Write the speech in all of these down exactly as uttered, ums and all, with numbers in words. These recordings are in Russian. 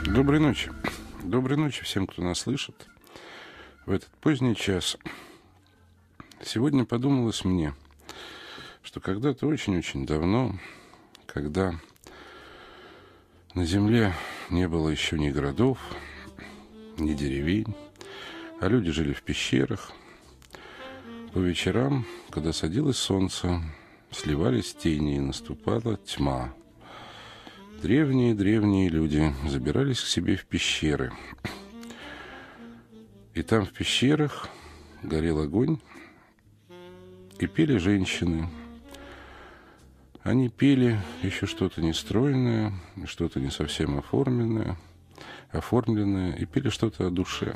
Доброй ночи. Доброй ночи всем, кто нас слышит в этот поздний час. Сегодня подумалось мне, что когда-то очень-очень давно, когда на земле не было еще ни городов, ни деревень, а люди жили в пещерах, по вечерам, когда садилось солнце, сливались тени и наступала тьма. Древние-древние люди забирались к себе в пещеры. И там в пещерах горел огонь, и пели женщины. Они пели еще что-то нестройное, что-то не совсем оформленное, оформленное, и пели что-то о душе.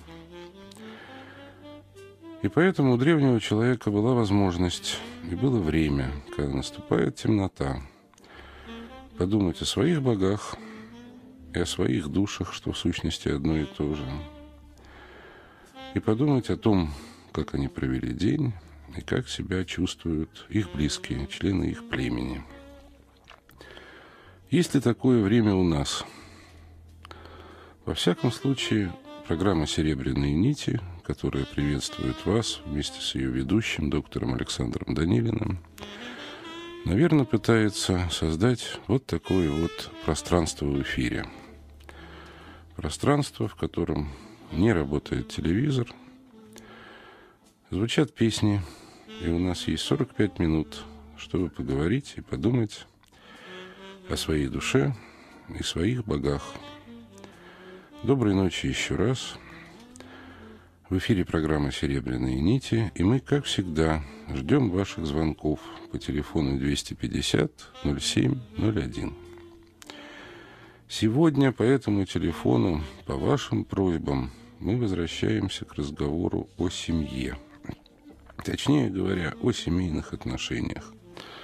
И поэтому у древнего человека была возможность, и было время, когда наступает темнота, подумать о своих богах и о своих душах, что в сущности одно и то же. И подумать о том, как они провели день и как себя чувствуют их близкие, члены их племени. Есть ли такое время у нас? Во всяком случае, программа «Серебряные нити», которая приветствует вас вместе с ее ведущим, доктором Александром Данилиным, наверное, пытается создать вот такое вот пространство в эфире. Пространство, в котором не работает телевизор, звучат песни, и у нас есть сорок пять минут, чтобы поговорить и подумать о своей душе и своих богах. Доброй ночи еще раз. В эфире программа «Серебряные нити», и мы, как всегда, ждем ваших звонков по телефону двести пятьдесят ноль семь ноль один. Сегодня по этому телефону, по вашим просьбам, мы возвращаемся к разговору о семье. Точнее говоря, о семейных отношениях.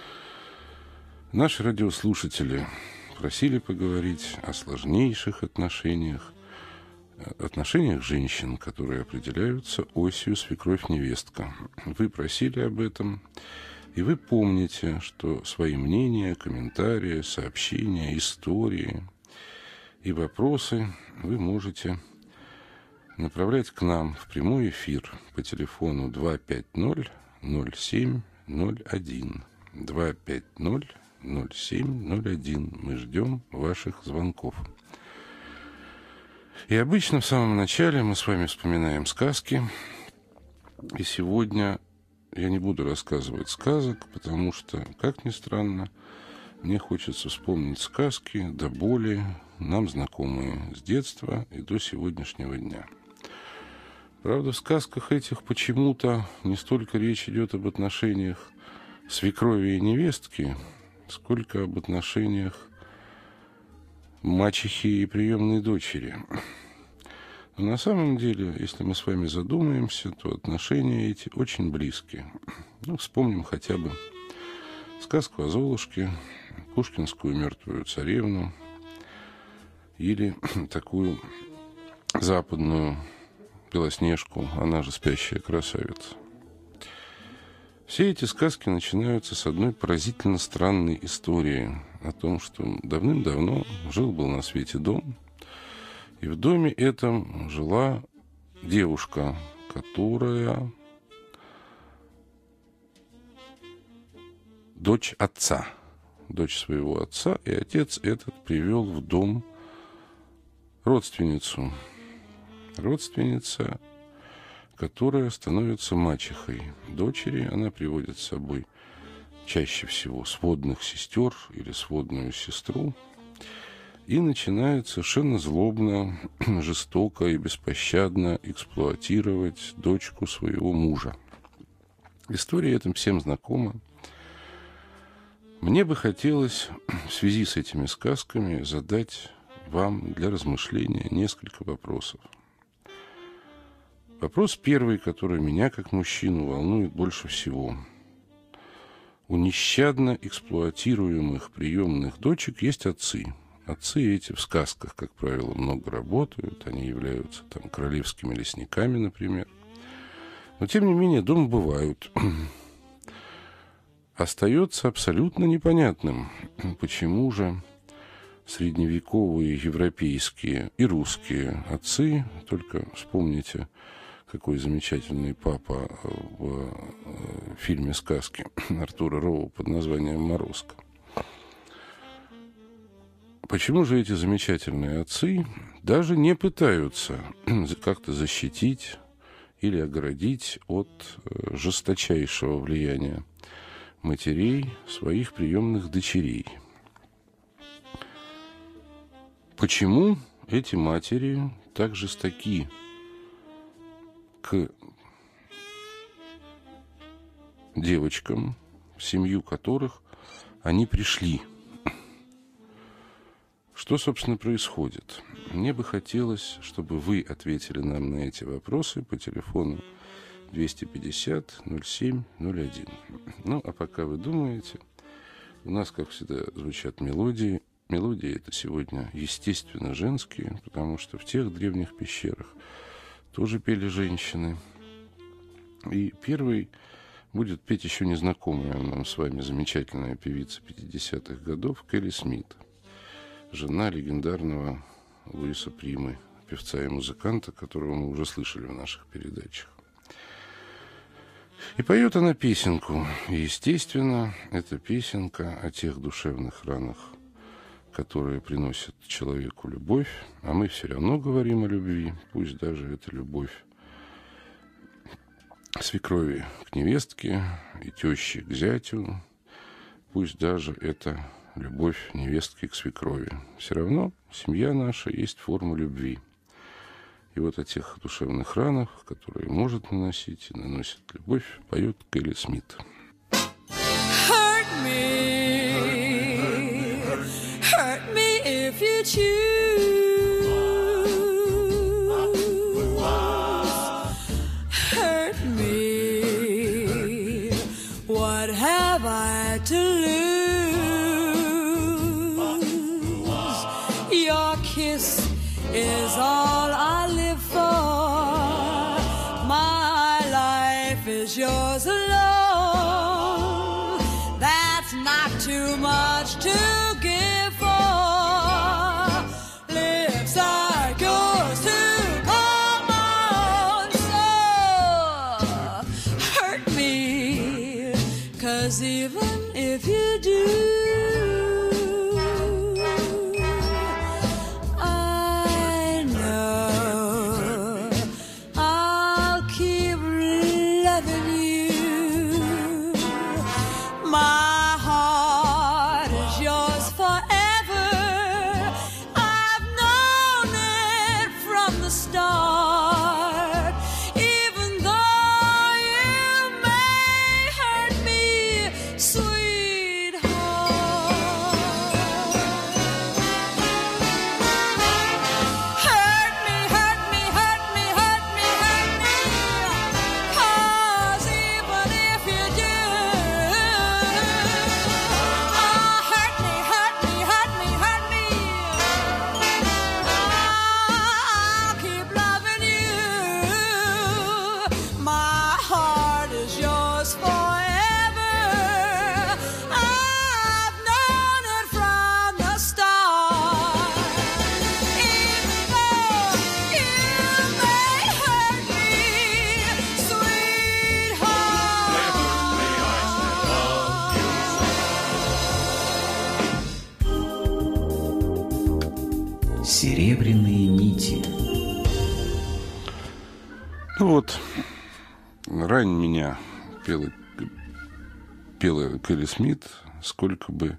Наши радиослушатели просили поговорить о сложнейших отношениях, отношениях женщин, которые определяются осью свекровь-невестка. Вы просили об этом, и вы помните, что свои мнения, комментарии, сообщения, истории и вопросы вы можете направлять к нам в прямой эфир по телефону два пять ноль ноль семь ноль один. два пять ноль ноль семь ноль один. Мы ждем ваших звонков. И обычно в самом начале мы с вами вспоминаем сказки. И сегодня я не буду рассказывать сказок, потому что, как ни странно, мне хочется вспомнить сказки до боли, нам знакомые с детства и до сегодняшнего дня. Правда, в сказках этих почему-то не столько речь идет об отношениях свекрови и невестки, сколько об отношениях мачехи и приемной дочери. Но на самом деле, если мы с вами задумаемся, то отношения эти очень близкие. Ну, вспомним хотя бы сказку о Золушке, пушкинскую «Мертвую царевну» или такую западную Белоснежку, она же «Спящая красавица». Все эти сказки начинаются с одной поразительно странной истории о том, что давным-давно жил-был на свете дом, и в доме этом жила девушка, которая дочь отца, дочь своего отца, и отец этот привел в дом родственницу, родственница, которая становится мачехой дочери. Она приводит с собой чаще всего сводных сестер или сводную сестру и начинает совершенно злобно, жестоко и беспощадно эксплуатировать дочку своего мужа. История эта всем знакома. Мне бы хотелось в связи с этими сказками задать вам для размышления несколько вопросов. Вопрос первый, который меня как мужчину волнует больше всего. У нещадно эксплуатируемых приемных дочек есть отцы. Отцы эти в сказках, как правило, много работают. Они являются там королевскими лесниками, например. Но, тем не менее, дома бывают. Остается абсолютно непонятным, почему же средневековые европейские и русские отцы. Только вспомните, какой замечательный папа в фильме сказки Артура Роу под названием «Морозко». Почему же эти замечательные отцы даже не пытаются как-то защитить или оградить от жесточайшего влияния матерей своих приемных дочерей? Почему эти матери так жестоки к девочкам, в семью которых они пришли? Что, собственно, происходит? Мне бы хотелось, чтобы вы ответили нам на эти вопросы по телефону двести пятьдесят ноль семь ноль один. Ну, а пока вы думаете, у нас, как всегда, звучат мелодии. Мелодии это сегодня, естественно, женские, потому что в тех древних пещерах тоже пели женщины. И первый будет петь еще незнакомая нам с вами замечательная певица пятидесятых годов Келли Смит, жена легендарного Луиса Примы, певца и музыканта, которого мы уже слышали в наших передачах. И поет она песенку. И, естественно, эта песенка о тех душевных ранах, которые приносят человеку любовь, а мы все равно говорим о любви, пусть даже это любовь свекрови к невестке и тещи к зятю, пусть даже это любовь невестки к свекрови. Все равно семья наша есть форма любви. И вот о тех душевных ранах, которые может наносить и наносит любовь, поет Келли Смит. If you choose, hurt me. What have I to lose? Your kiss is all I live for. My life is yours alone. That's not too much to give for. Even if you do, I know I'll keep loving you. My heart is yours forever. I've known it from the start. Even though you may hurt me, sweetheart, hurt me, hurt me, hurt me, hurt me, hurt me, 'cause even if you do, oh, hurt me, hurt me, hurt me, hurt me, I'll keep loving you. My heart is yours forever. I've known it from the start. Even though you may hurt me, sweetheart. Серебряные нити. Ну вот, рань меня пела, пела Келли Смит, сколько бы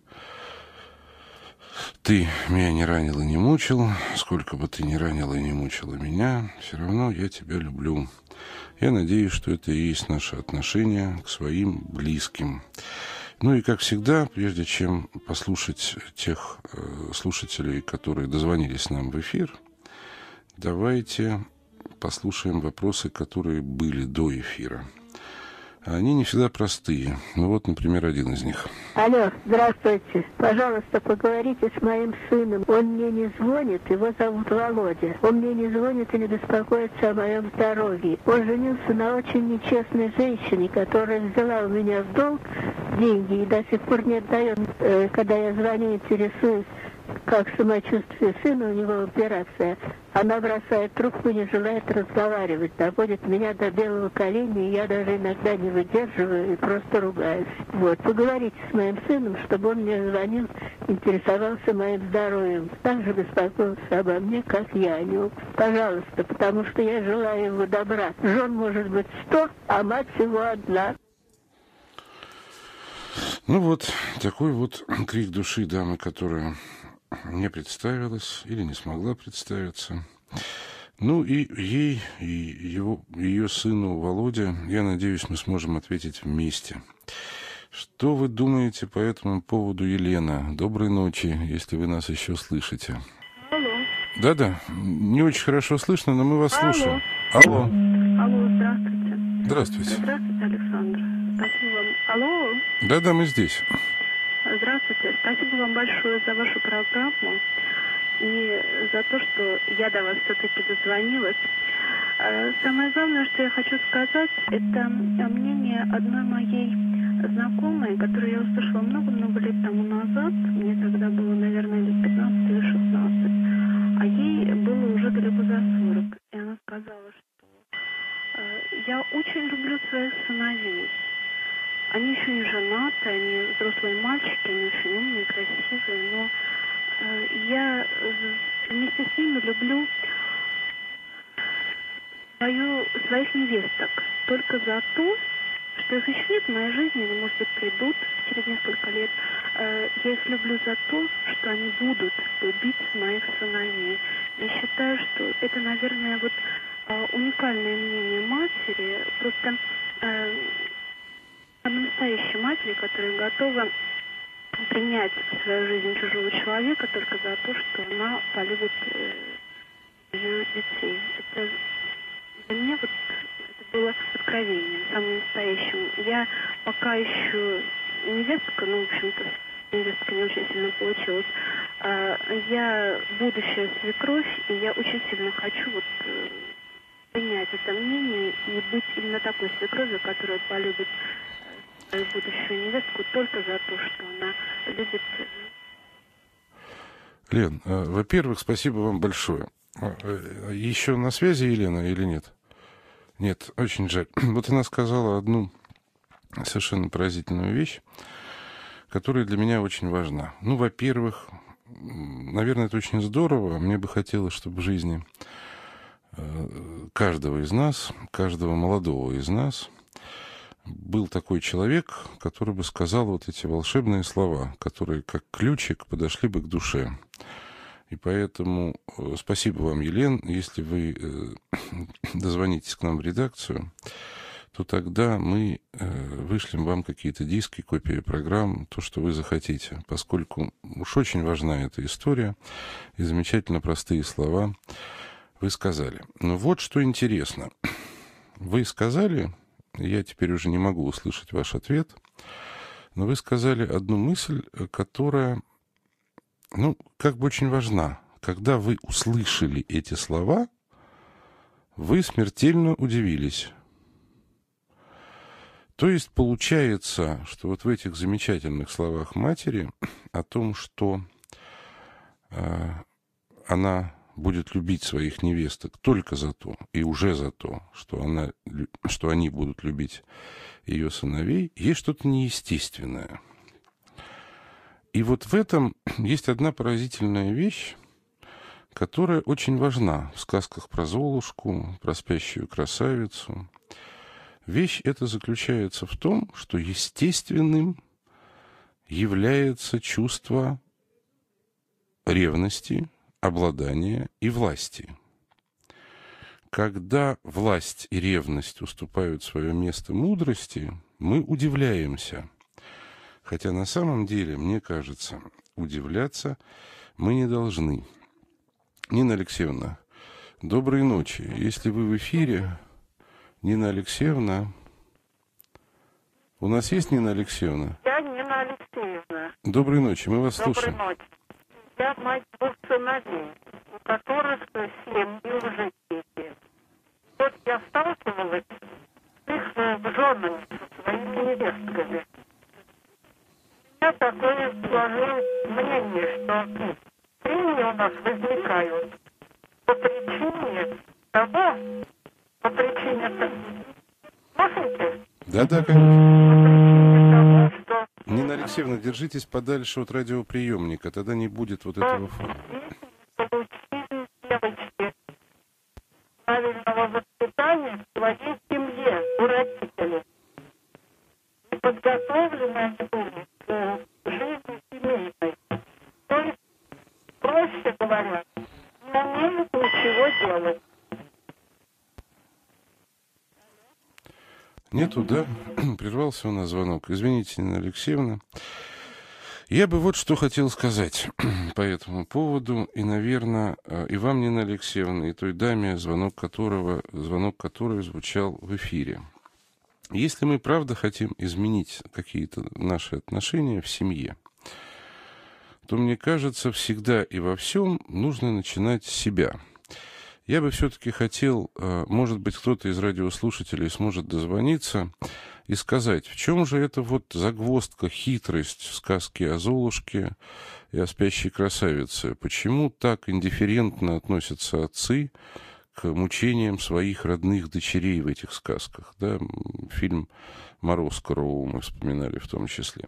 ты меня не ранил и не мучил, сколько бы ты не ранила и не мучила меня, все равно я тебя люблю. Я надеюсь, что это и есть наше отношение к своим близким. Ну и, как всегда, прежде чем послушать тех э, слушателей, которые дозвонились нам в эфир, давайте послушаем вопросы, которые были до эфира. Они не всегда простые. Ну вот, например, один из них. Алло, здравствуйте. Пожалуйста, поговорите с моим сыном. Он мне не звонит, его зовут Володя. Он мне не звонит и не беспокоится о моем здоровье. Он женился на очень нечестной женщине, которая взяла у меня в долг деньги и до сих пор не отдает. Когда я звоню, интересуюсь, как самочувствие сына, у него операция. Она бросает трубку, не желает разговаривать, доводит меня до белого коленя, и я даже иногда не выдерживаю и просто ругаюсь. Вот, поговорите с моим сыном, чтобы он мне звонил, интересовался моим здоровьем, так же беспокоился обо мне, как я о нем. Пожалуйста, потому что я желаю ему добра. Жен может быть сто, а мать всего одна. Ну вот, такой вот крик души дамы, которая не представилась или не смогла представиться. Ну и ей, и его, ее сыну Володе, я надеюсь, мы сможем ответить вместе. Что вы думаете по этому поводу, Елена? Доброй ночи, если вы нас еще слышите. Алло. Да-да, не очень хорошо слышно, но мы вас Алло. слушаем. Алло. Алло, здравствуйте. Здравствуйте. Здравствуйте, Александр. Спасибо вам. Алло. Да-да, мы здесь. Здравствуйте. Спасибо вам большое за вашу программу и за то, что я до вас все-таки дозвонилась. Самое главное, что я хочу сказать, это мнение одной моей знакомой, которую я услышала много-много лет тому назад. Мне тогда было, наверное, лет пятнадцать или шестнадцать. А ей было уже далеко за сорок. И она сказала, что я очень люблю своих сыновей. Они еще не женаты, они взрослые мальчики, они очень умные, красивые, но э, я вместе с ними люблю свою, своих невесток только за то, что их еще нет в моей жизни, они, может быть, придут через несколько лет. Э, я их люблю за то, что они будут любить моих сыновей. Я считаю, что это, наверное, вот э, уникальное мнение матери, просто... Э, Она настоящей матери, которая готова принять в свою жизнь чужого человека только за то, что она полюбит э, ее детей. Это для меня вот это было откровением, самым настоящим. Я пока еще невестка, ну, в общем-то, невестка не очень сильно получилась. А, я будущая свекровь, и я очень сильно хочу вот э, принять это мнение и быть именно такой свекровью, которая полюбит свою будущую невестку только за то, что она любит. Лен, э, во-первых, спасибо вам большое. Э, еще на связи Елена или нет? Нет, очень жаль. Вот она сказала одну совершенно поразительную вещь, которая для меня очень важна. Ну, во-первых, наверное, это очень здорово. Мне бы хотелось, чтобы в жизни каждого из нас, каждого молодого из нас был такой человек, который бы сказал вот эти волшебные слова, которые как ключик подошли бы к душе. И поэтому спасибо вам, Елен. Если вы дозвонитесь к нам в редакцию, то тогда мы вышлем вам какие-то диски, копии программ, то, что вы захотите, поскольку уж очень важна эта история и замечательно простые слова вы сказали. Но вот что интересно. Вы сказали, я теперь уже не могу услышать ваш ответ, но вы сказали одну мысль, которая, ну, как бы очень важна. Когда вы услышали эти слова, вы смертельно удивились. То есть получается, что вот в этих замечательных словах матери о том, что э, она будет любить своих невесток только за то, и уже за то, что, она, что они будут любить ее сыновей, есть что-то неестественное. И вот в этом есть одна поразительная вещь, которая очень важна в сказках про Золушку, про спящую красавицу. Вещь эта заключается в том, что естественным является чувство ревности, обладания и власти. Когда власть и ревность уступают свое место мудрости, мы удивляемся. Хотя на самом деле, мне кажется, удивляться мы не должны. Нина Алексеевна, доброй ночи. Если вы в эфире, Нина Алексеевна... У нас есть Нина Алексеевна? Я Нина Алексеевна. Доброй ночи, мы вас Доброй слушаем. ночи. Я мать двух сыновей, у которых семьи уже дети. Вот я сталкивалась с их женами, со своими невестками. У меня такое сложилось мнение, что по причине того, по причине того, слушайте? Да-да, По конечно. причине того, что Нина Алексеевна, держитесь подальше от радиоприемника, тогда не будет вот этого фона. получили девочки правильного воспитания в своей семье, у родителей. И подготовлены они были к жизни семейной. То есть, проще говоря, не умеют ничего делать. Нету, да? Прервался у нас звонок. Извините, Нина Алексеевна. Я бы вот что хотел сказать по этому поводу. И, наверное, и вам, Нина Алексеевна, и той даме, звонок которого, звонок которой звучал в эфире. Если мы, правда, хотим изменить какие-то наши отношения в семье, то, мне кажется, всегда и во всем нужно начинать с себя. Я бы все-таки хотел, может быть, кто-то из радиослушателей сможет дозвониться и сказать, в чем же эта вот загвоздка, хитрость сказки о Золушке и о спящей красавице? Почему так индифферентно относятся отцы к мучениям своих родных дочерей в этих сказках? Да, фильм «Морозко» Роу мы вспоминали в том числе.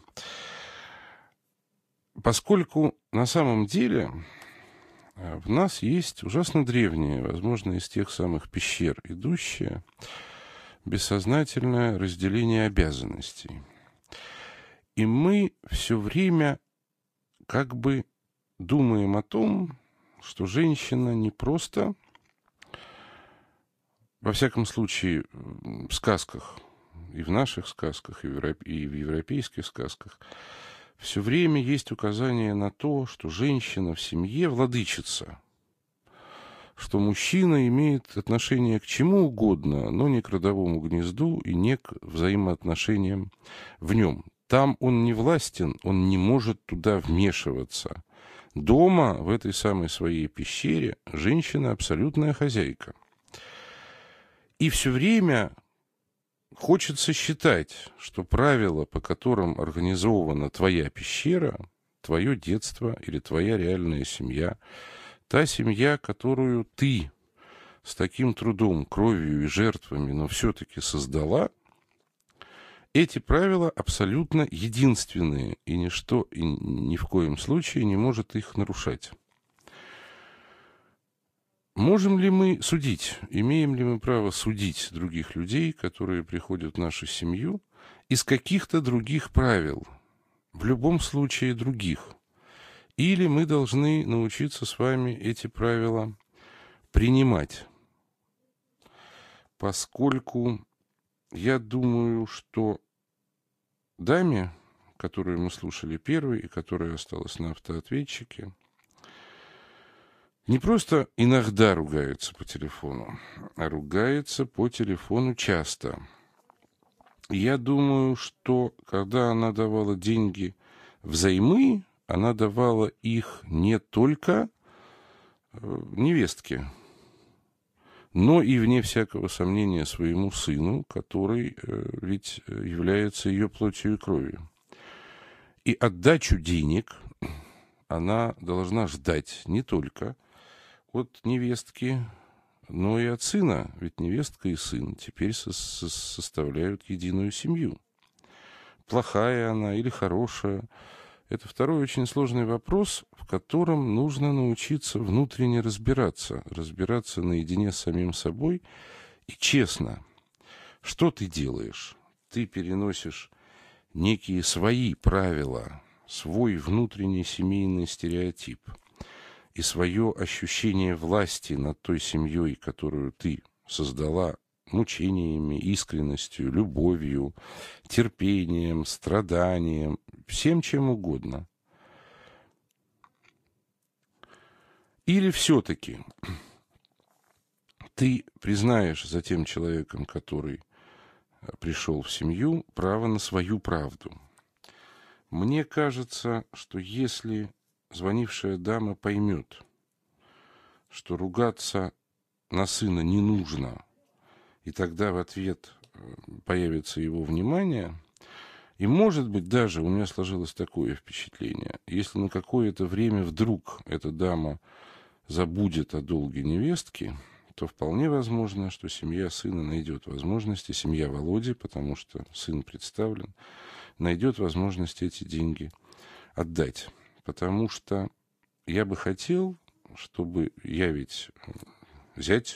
Поскольку на самом деле в нас есть ужасно древнее, возможно, из тех самых пещер идущее, бессознательное разделение обязанностей. И мы все время как бы думаем о том, что женщина не просто, во всяком случае, в сказках, и в наших сказках, и в европейских сказках, все время есть указание на то, что женщина в семье владычица, что мужчина имеет отношение к чему угодно, но не к родовому гнезду и не к взаимоотношениям в нем. Там он не властен, он не может туда вмешиваться. Дома, в этой самой своей пещере, женщина абсолютная хозяйка. И все время хочется считать, что правила, по которым организована твоя пещера, твое детство или твоя реальная семья, та семья, которую ты с таким трудом, кровью и жертвами, но все-таки создала, эти правила абсолютно единственные, и ничто и ни в коем случае не может их нарушать. Можем ли мы судить, имеем ли мы право судить других людей, которые приходят в нашу семью, из каких-то других правил, в любом случае других? Или мы должны научиться с вами эти правила принимать? Поскольку я думаю, что даме, которую мы слушали первой и которая осталась на автоответчике, не просто иногда ругается по телефону, а ругается по телефону часто. Я думаю, что когда она давала деньги взаймы, она давала их не только невестке, но и, вне всякого сомнения, своему сыну, который ведь является ее плотью и кровью. И отдачу денег она должна ждать не только от невестки, но и от сына. Ведь невестка и сын теперь со- со- составляют единую семью. Плохая она или хорошая — это второй очень сложный вопрос, в котором нужно научиться внутренне разбираться, разбираться наедине с самим собой и честно. Что ты делаешь? Ты переносишь некие свои правила, свой внутренний семейный стереотип и свое ощущение власти над той семьей, которую ты создала мучениями, искренностью, любовью, терпением, страданием, всем чем угодно. Или все-таки ты признаешь за тем человеком, который пришел в семью, право на свою правду. Мне кажется, что если звонившая дама поймет, что ругаться на сына не нужно, и тогда в ответ появится его внимание, и, может быть, даже у меня сложилось такое впечатление, если на какое-то время вдруг эта дама забудет о долге невестки, то вполне возможно, что семья сына найдет возможности, семья Володи, потому что сын представлен, найдет возможность эти деньги отдать. Потому что я бы хотел, чтобы я ведь зять,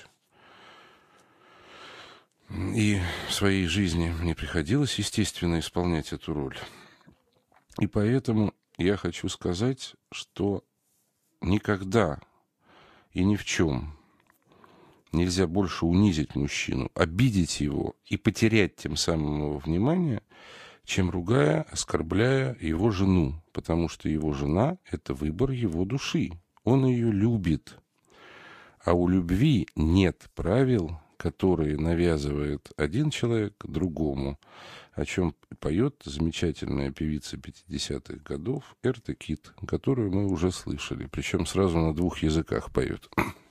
и в своей жизни мне приходилось, естественно, исполнять эту роль. И поэтому я хочу сказать, что никогда и ни в чем нельзя больше унизить мужчину, обидеть его и потерять тем самым его внимание, чем ругая, оскорбляя его жену, потому что его жена – это выбор его души. Он ее любит. А у любви нет правил, которые навязывает один человек другому, о чем поет замечательная певица пятидесятых годов Эрта Кит, которую мы уже слышали, причем сразу на двух языках поет.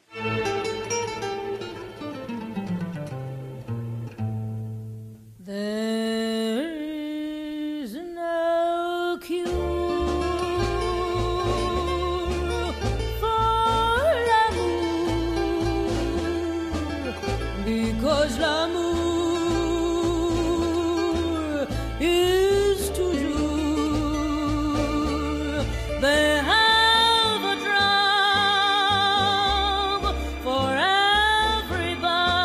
Because l'amour is toujours. They have a drug for every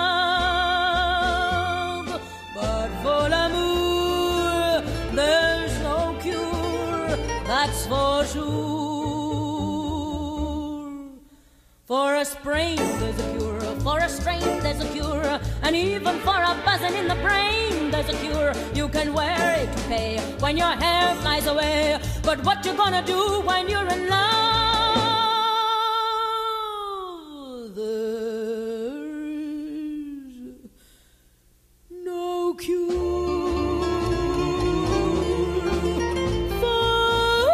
bug, but for l'amour there's no cure, that's for sure. For a sprain there's a cure, for a strain there's a cure, and even for a buzzing in the brain there's a cure. You can wear it to pay when your hair flies away, but what you gonna do when you're in love? There's no cure for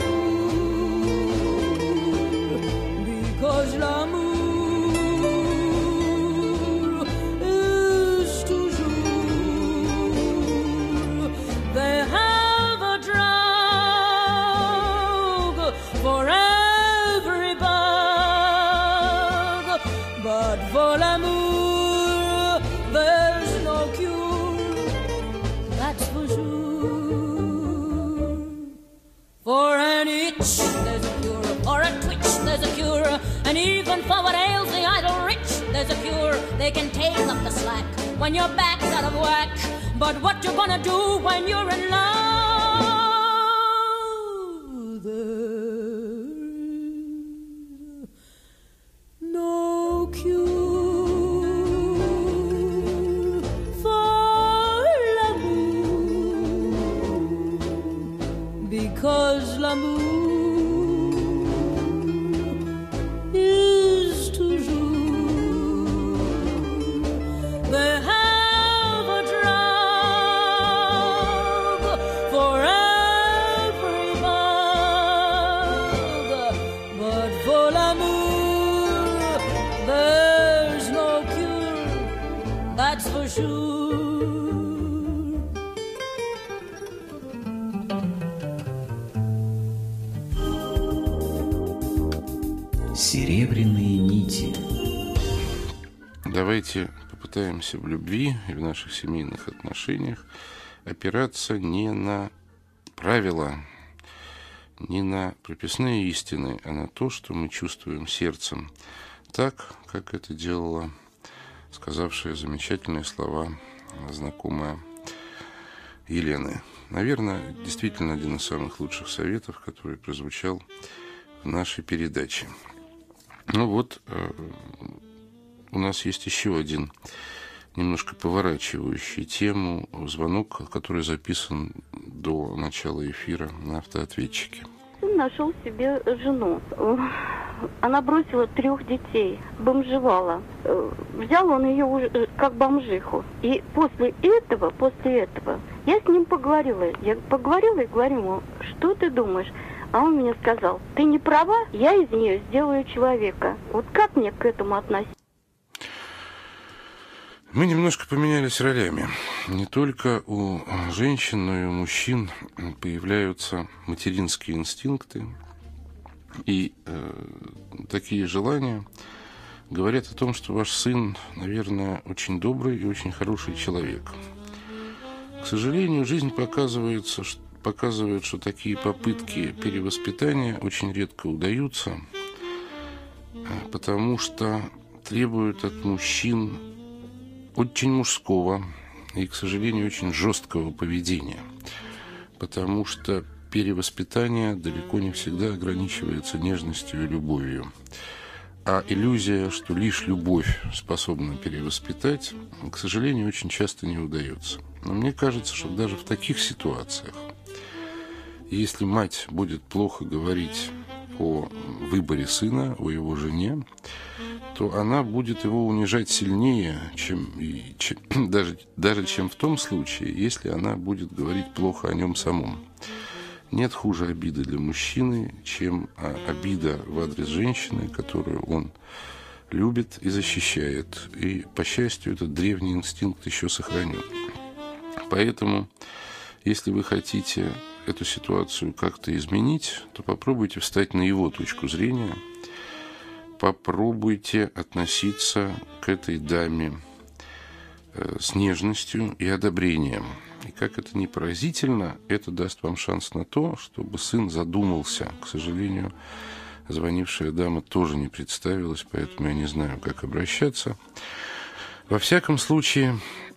l'amour, because l'amour and even for what ails the idle rich, there's a cure. They can take up the slack when your back's out of whack, but what you gonna do when you're in love? There's no cure for l'amour, because l'amour Серебряные нити. Давайте попытаемся в любви и в наших семейных отношениях опираться не на правила, не на прописные истины, а на то, что мы чувствуем сердцем, так, как это делала сказавшая замечательные слова знакомая Елены. Наверное, действительно один из самых лучших советов, который прозвучал в нашей передаче. Ну вот, э, у нас есть еще один немножко поворачивающий тему звонок, который записан до начала эфира на автоответчике. Сын нашел себе жену. Она бросила трех детей, бомжевала. Взял он ее уже как бомжиху. И после этого, после этого, я с ним поговорила. Я поговорила и говорю ему, что ты думаешь? А он мне сказал, ты не права, я из нее сделаю человека. Вот как мне к этому относиться? Мы немножко поменялись ролями. Не только у женщин, но и у мужчин появляются материнские инстинкты. И э, такие желания говорят о том, что ваш сын, наверное, очень добрый и очень хороший человек. К сожалению, жизнь показывается, что, показывает, что такие попытки перевоспитания очень редко удаются, потому что требуют от мужчин очень мужского и, к сожалению, очень жесткого поведения, потому что перевоспитание далеко не всегда ограничивается нежностью и любовью. А иллюзия, что лишь любовь способна перевоспитать, к сожалению, очень часто не удается. Но мне кажется, что даже в таких ситуациях, если мать будет плохо говорить о выборе сына, о его жене, то она будет его унижать сильнее, чем, чем, даже, даже чем в том случае, если она будет говорить плохо о нем самом. Нет хуже обиды для мужчины, чем обида в адрес женщины, которую он любит и защищает. И, по счастью, этот древний инстинкт еще сохранен. Поэтому, если вы хотите эту ситуацию как-то изменить, то попробуйте встать на его точку зрения, попробуйте относиться к этой даме с нежностью и одобрением. И как это ни поразительно, это даст вам шанс на то, чтобы сын задумался. К сожалению, звонившая дама тоже не представилась, поэтому я не знаю, как обращаться. Во всяком случае,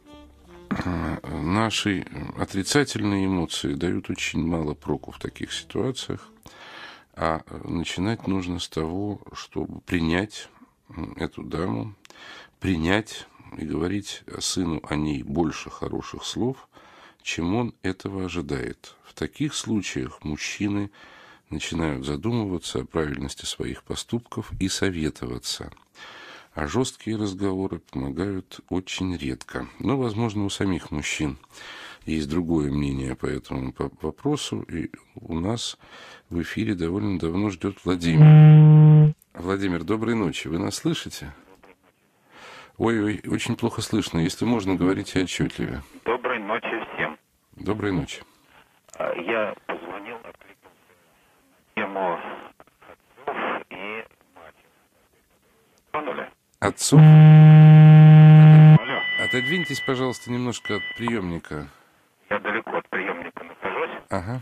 наши отрицательные эмоции дают очень мало проку в таких ситуациях, а начинать нужно с того, чтобы принять эту даму, принять и говорить сыну о ней больше хороших слов, чем он этого ожидает. В таких случаях мужчины начинают задумываться о правильности своих поступков и советоваться. А жесткие разговоры помогают очень редко. Но, возможно, у самих мужчин есть другое мнение по этому вопросу. И у нас в эфире довольно давно ждет Владимир. Владимир, доброй ночи. Вы нас слышите? Ой-ой, очень плохо слышно. Если можно, говорите отчетливее. Доброй ночи всем. Доброй ночи. Я позвонил, откликнулся на тему отцов и мать. Поняли? Отцов? Алло. Отодвиньтесь, пожалуйста, немножко от приемника. Я далеко от приемника нахожусь. Ага.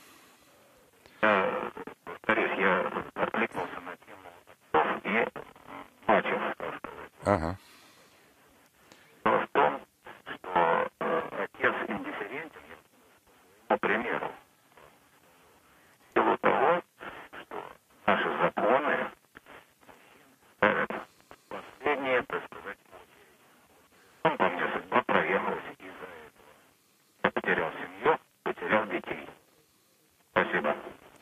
Я, повторюсь, я откликнулся на тему отцов и мачех, так сказать. Ага. Дело в том, что э, отец индифферентен по примеру. В силу того, что наши законы ставят последние, так сказать, он по мне судьба проверилась из-за этого. Я потерял семью, потерял детей. Спасибо.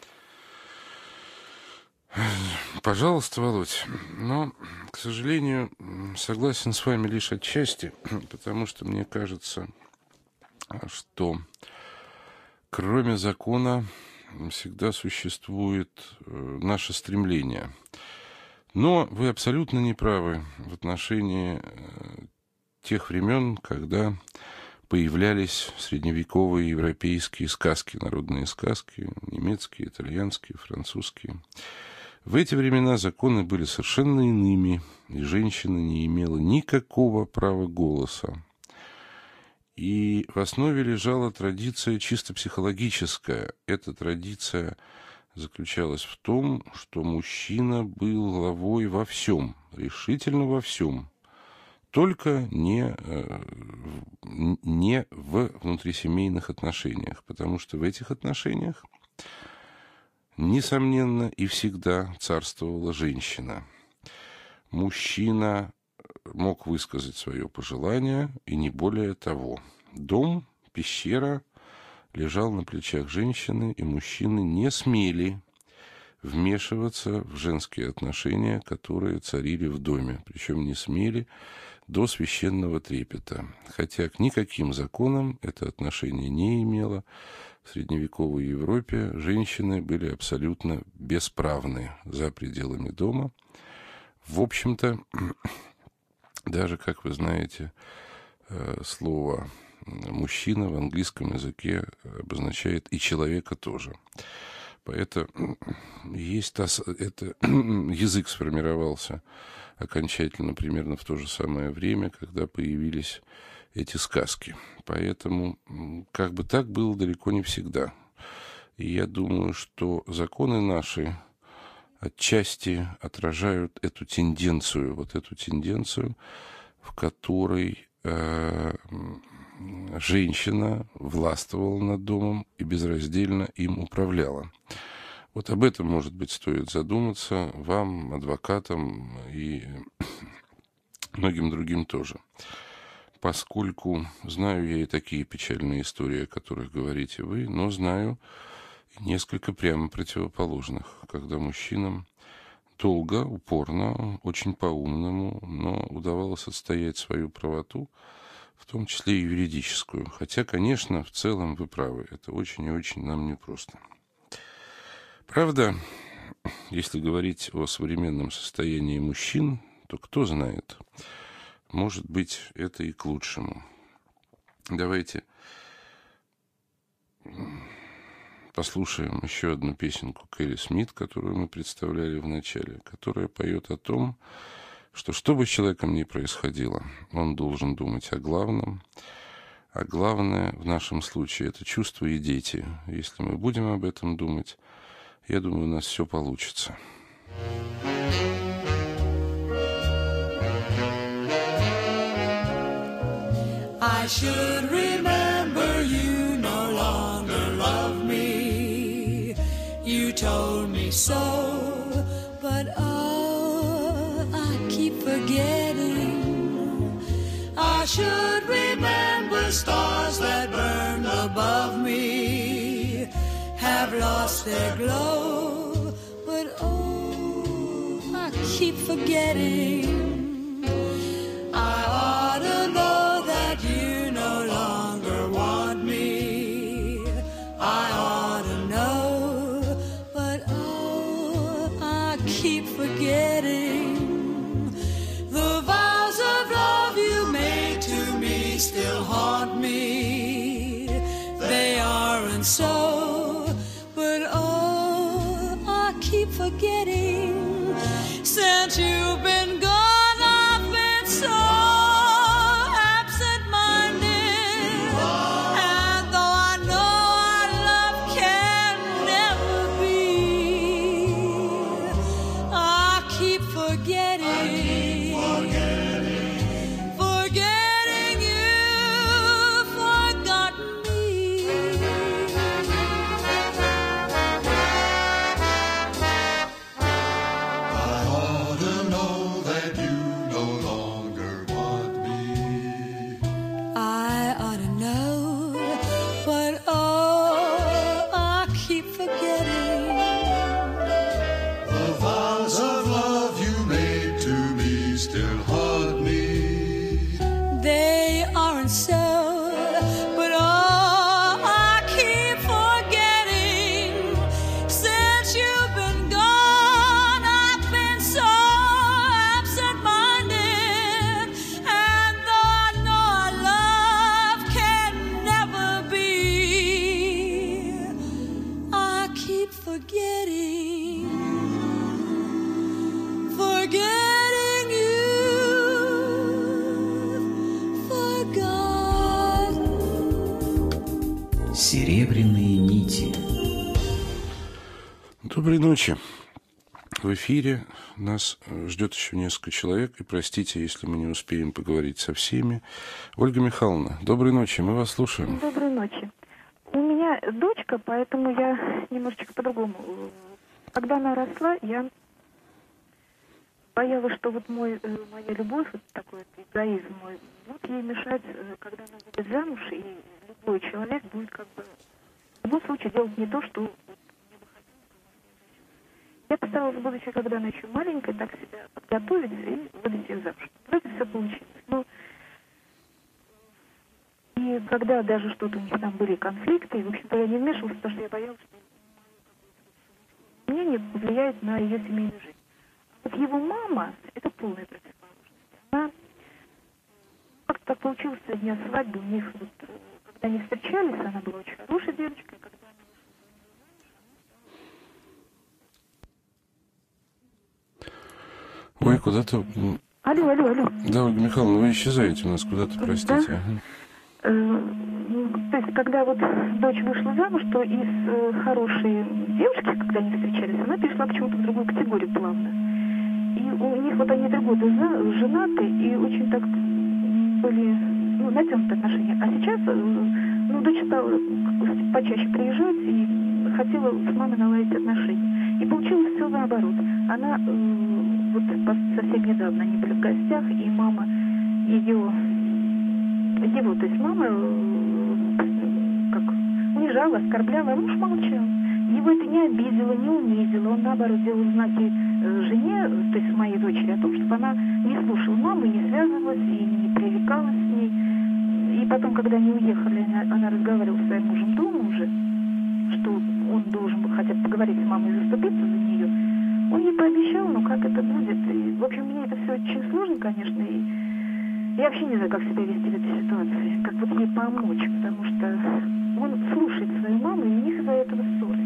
Пожалуйста, Володь. Но, к сожалению, согласен с вами лишь отчасти, потому что мне кажется, что кроме закона всегда существует наше стремление. Но вы абсолютно не правы в отношении тех времен, когда появлялись средневековые европейские сказки, народные сказки, немецкие, итальянские, французские. В эти времена законы были совершенно иными, и женщина не имела никакого права голоса. И в основе лежала традиция чисто психологическая. Эта традиция заключалась в том, что мужчина был главой во всем, решительно во всем, только не, не в внутрисемейных отношениях, потому что в этих отношениях, несомненно, и всегда царствовала женщина. Мужчина мог высказать свое пожелание, и не более того. Дом, пещера лежал на плечах женщины, и мужчины не смели вмешиваться в женские отношения, которые царили в доме. Причем не смели до священного трепета. Хотя к никаким законам это отношение не имело. В средневековой Европе женщины были абсолютно бесправны за пределами дома. В общем-то, даже, как вы знаете, слово «мужчина» в английском языке обозначает и человека тоже. Поэтому есть та, это, язык сформировался окончательно примерно в то же самое время, когда появились эти сказки. Поэтому как бы так было далеко не всегда. И я думаю, что законы наши отчасти отражают эту тенденцию, вот эту тенденцию, в которой э, женщина властвовала над домом и безраздельно им управляла. Вот об этом, может быть, стоит задуматься вам, адвокатам и многим другим тоже. Поскольку знаю я и такие печальные истории, о которых говорите вы, но знаю несколько прямо противоположных, когда мужчинам долго, упорно, очень по-умному, но удавалось отстоять свою правоту, в том числе и юридическую. Хотя, конечно, в целом вы правы, это очень и очень нам непросто. Правда, если говорить о современном состоянии мужчин, то кто знает, может быть, это и к лучшему. Давайте послушаем еще одну песенку Кэрри Смит, которую мы представляли в начале, которая поет о том, что что бы с человеком ни происходило, он должен думать о главном. А главное в нашем случае – это чувства и дети. Если мы будем об этом думать, я думаю, у нас все получится. I should remember you no longer love me. You told me so, but oh, I keep forgetting. I should remember stars that burned above me have lost their glow, but oh, I keep forgetting. I ought to know that you no longer want me. I ought to know, but oh, I keep forgetting. The vows of love you made to me still haunt me. They aren't so, but oh, I keep forgetting. Since you've been gone, I've been so absent-minded. And though I know our love can never be, I keep forgetting. Forgetting you've forgotten me. I ought to know that you no longer want me. I ought to know, but oh, I keep forgetting. The vows of love you made to me still haunt me. They aren't so, but oh, I keep forgetting. Since you've been gone, I've been so absent-minded. And though I know our love can never be, I keep forgetting. Forgetting you've forgotten. Серебряные нити. Доброй ночи. В эфире нас ждет еще несколько человек. И простите, если мы не успеем поговорить со всеми. Ольга Михайловна, доброй ночи, мы вас слушаем. Доброй ночи. У меня дочка, поэтому я немножечко по-другому. Когда она росла, я боялась, что вот мой, э, моя любовь, вот такой вот эгоизм мой, будет ей мешать, э, когда она выйдет замуж, и любой человек будет как бы в любом случае делать не то, что вот мне бы хотелось. Я постаралась, будучи, когда она еще маленькая, так себя подготовить и выдать ее замуж. Вроде все получилось. Но и когда даже что-то у них там были конфликты, и, в общем-то, я не вмешивалась, потому что я боялась, что мое мнение повлияет на ее семейную жизнь. Вот его мама – это полная противоположность. Она, как-то так получилось, со дня свадьбы у них, вот, когда они встречались, она была очень хорошей девочкой, когда она вышла куда-то... Алло, алло, алло. Да, Ольга Михайловна, вы исчезаете у нас куда-то, простите. Да? Ага. Э, то есть, когда вот дочь вышла замуж, то из э, хорошей девушки, когда они встречались, она перешла почему-то в другую категорию плавно. И у них вот они три года за, женаты, и очень так были, ну, натянутые отношения. А сейчас, э, ну, дочь стала почаще приезжать и хотела с мамой наладить отношения. И получилось все наоборот. Она, э, вот совсем недавно они были в гостях, и мама ее... Его, то есть мама как унижала, оскорбляла, а муж молчал. Его это не обидело, не унизило. Он, наоборот, делал знаки жене, то есть моей дочери, о том, чтобы она не слушала маму, не связывалась и не привлекалась с ней. И потом, когда они уехали, она, она разговаривала с своим мужем дома уже, что он должен был хотя бы поговорить с мамой и заступиться за нее. Он ей пообещал, но как это будет. И, в общем, мне это все очень сложно, конечно, и я вообще не знаю, как себя вести в этой ситуации, как вот ей помочь, потому что он слушает свою маму, и у них из-за этого ссоры.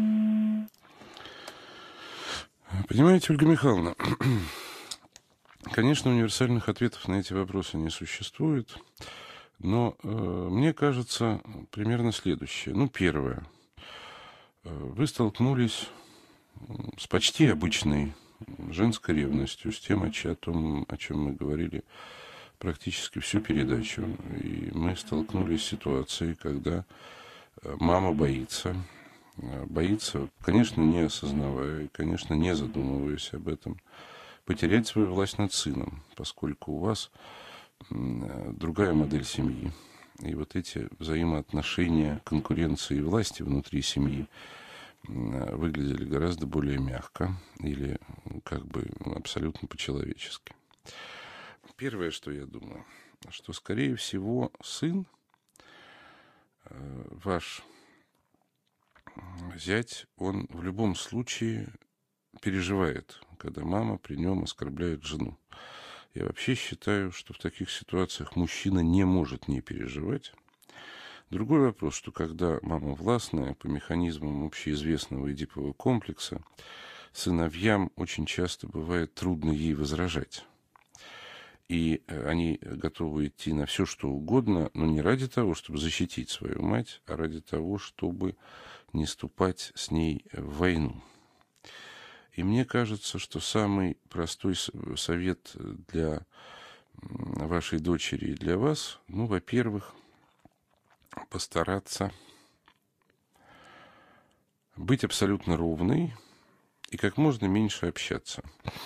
Понимаете, Ольга Михайловна, конечно, универсальных ответов на эти вопросы не существует, но э, мне кажется примерно следующее. Ну, первое. Вы столкнулись с почти обычной женской ревностью, с тем, о том, о чем мы говорили практически всю передачу. И мы столкнулись с ситуацией, когда мама боится. Боится, конечно, не осознавая, конечно, не задумываясь об этом, потерять свою власть над сыном, поскольку у вас другая модель семьи. И вот эти взаимоотношения конкуренции и власти внутри семьи выглядели гораздо более мягко или как бы абсолютно по-человечески. Первое, что я думаю, что, скорее всего, сын, ваш зять, он в любом случае переживает, когда мама при нем оскорбляет жену. Я вообще считаю, что в таких ситуациях мужчина не может не переживать. Другой вопрос, что когда мама властная, по механизмам общеизвестного эдипового комплекса, сыновьям очень часто бывает трудно ей возражать. И они готовы идти на все, что угодно, но не ради того, чтобы защитить свою мать, а ради того, чтобы не вступать с ней в войну. И мне кажется, что самый простой совет для вашей дочери и для вас, ну, во-первых, постараться быть абсолютно ровной и как можно меньше общаться.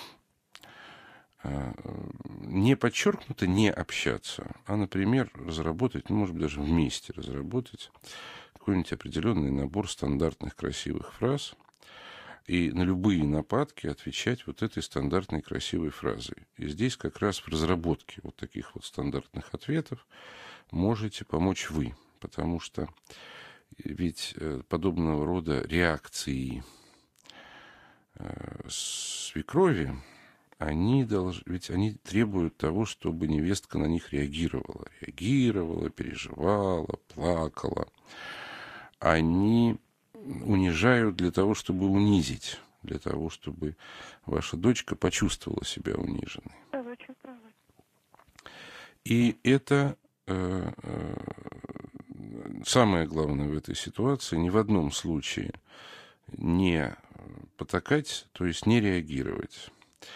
Не подчеркнуто не общаться, а, например, разработать, ну, может быть, даже вместе разработать какой-нибудь определенный набор стандартных красивых фраз и на любые нападки отвечать вот этой стандартной красивой фразой. И здесь как раз в разработке вот таких вот стандартных ответов можете помочь вы, потому что ведь подобного рода реакции свекрови, они должны, ведь они требуют того, чтобы невестка на них реагировала. Реагировала, переживала, плакала. Они унижают для того, чтобы унизить, для того, чтобы ваша дочка почувствовала себя униженной. И это э, э, самое главное в этой ситуации, ни в одном случае не потакать, то есть не реагировать.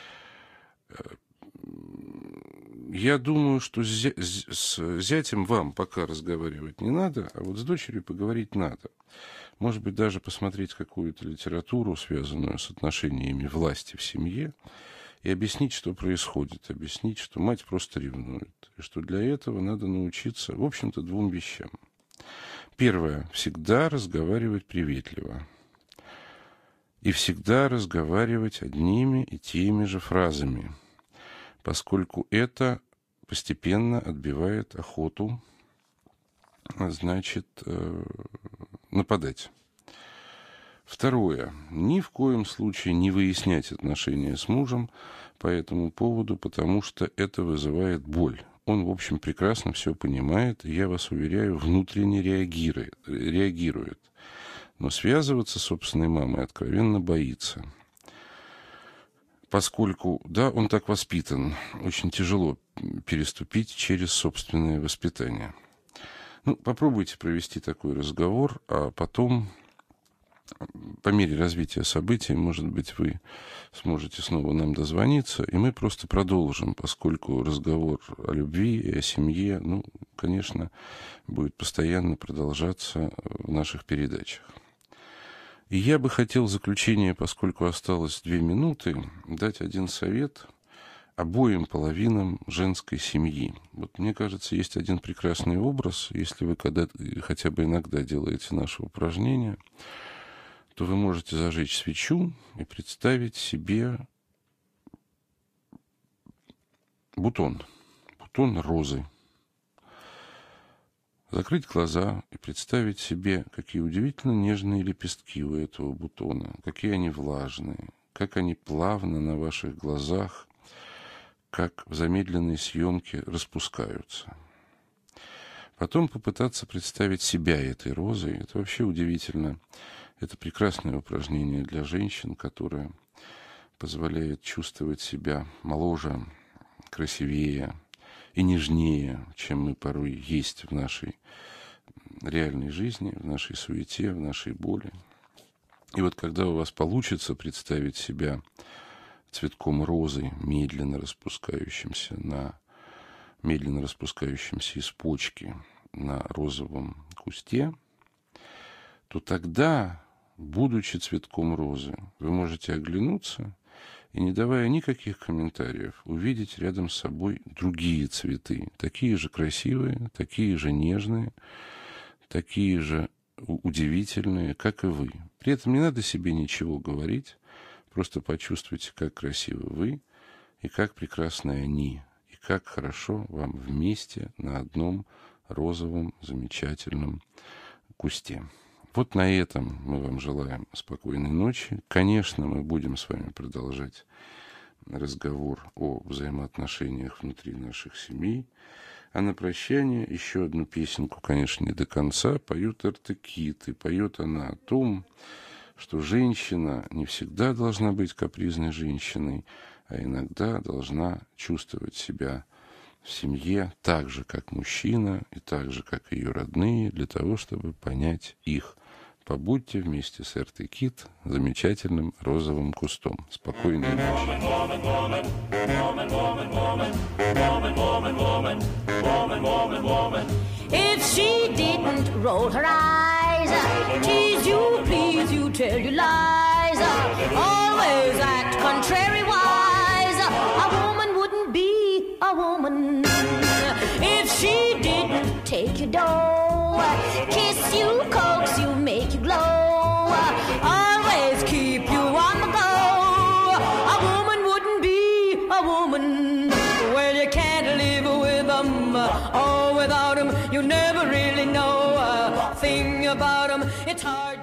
Я думаю, что с зятем вам пока разговаривать не надо, а вот с дочерью поговорить надо. Может быть, даже посмотреть какую-то литературу, связанную с отношениями власти в семье, и объяснить, что происходит, объяснить, что мать просто ревнует, и что для этого надо научиться, в общем-то, двум вещам. Первое. Всегда разговаривать приветливо. И всегда разговаривать одними и теми же фразами, поскольку это постепенно отбивает охоту, значит, нападать. Второе. Ни в коем случае не выяснять отношения с мужем по этому поводу, потому что это вызывает боль. Он, в общем, прекрасно все понимает, и, я вас уверяю, внутренне реагирует. реагирует. Но связываться с собственной мамой откровенно боится. поскольку, да, он так воспитан, очень тяжело переступить через собственное воспитание. Ну, попробуйте провести такой разговор, а потом, по мере развития событий, может быть, вы сможете снова нам дозвониться, и мы просто продолжим, поскольку разговор о любви и о семье, ну, конечно, будет постоянно продолжаться в наших передачах. И я бы хотел в заключение, поскольку осталось две минуты, дать один совет обоим половинам женской семьи. Вот мне кажется, есть один прекрасный образ, если вы когда хотя бы иногда делаете наше упражнение, то вы можете зажечь свечу и представить себе бутон, бутон розы. Закрыть глаза и представить себе, какие удивительно нежные лепестки у этого бутона, какие они влажные, как они плавно на ваших глазах, как в замедленной съемке распускаются. Потом попытаться представить себя этой розой. Это вообще удивительно. Это прекрасное упражнение для женщин, которое позволяет чувствовать себя моложе, красивее и нежнее, чем мы порой есть в нашей реальной жизни, в нашей суете, в нашей боли. И вот когда у вас получится представить себя цветком розы, медленно распускающимся на медленно распускающимся из почки на розовом кусте, то тогда, будучи цветком розы, вы можете оглянуться и, не давая никаких комментариев, увидеть рядом с собой другие цветы, такие же красивые, такие же нежные, такие же удивительные, как и вы. При этом не надо себе ничего говорить, просто почувствуйте, как красивы вы и как прекрасны они, и как хорошо вам вместе на одном розовом замечательном кусте. Вот на этом мы вам желаем спокойной ночи. Конечно, мы будем с вами продолжать разговор о взаимоотношениях внутри наших семей. А на прощание еще одну песенку, конечно, не до конца, поет Эрта Кит. И поет она о том, что женщина не всегда должна быть капризной женщиной, а иногда должна чувствовать себя в семье так же, как мужчина, и так же, как ее родные, для того, чтобы понять их. Побудьте вместе с Эртой Кит замечательным розовым кустом. Спокойной ночи. If she didn't roll her eyes, tease you, please you, tell you lies, always act contrary-wise, a woman wouldn't be a woman if she didn't take your dough, kiss you, coax you, make you glow, always keep you on the go. A woman wouldn't be a woman. Well, you can't live with them or without them. You never really know a thing about them. It's hard.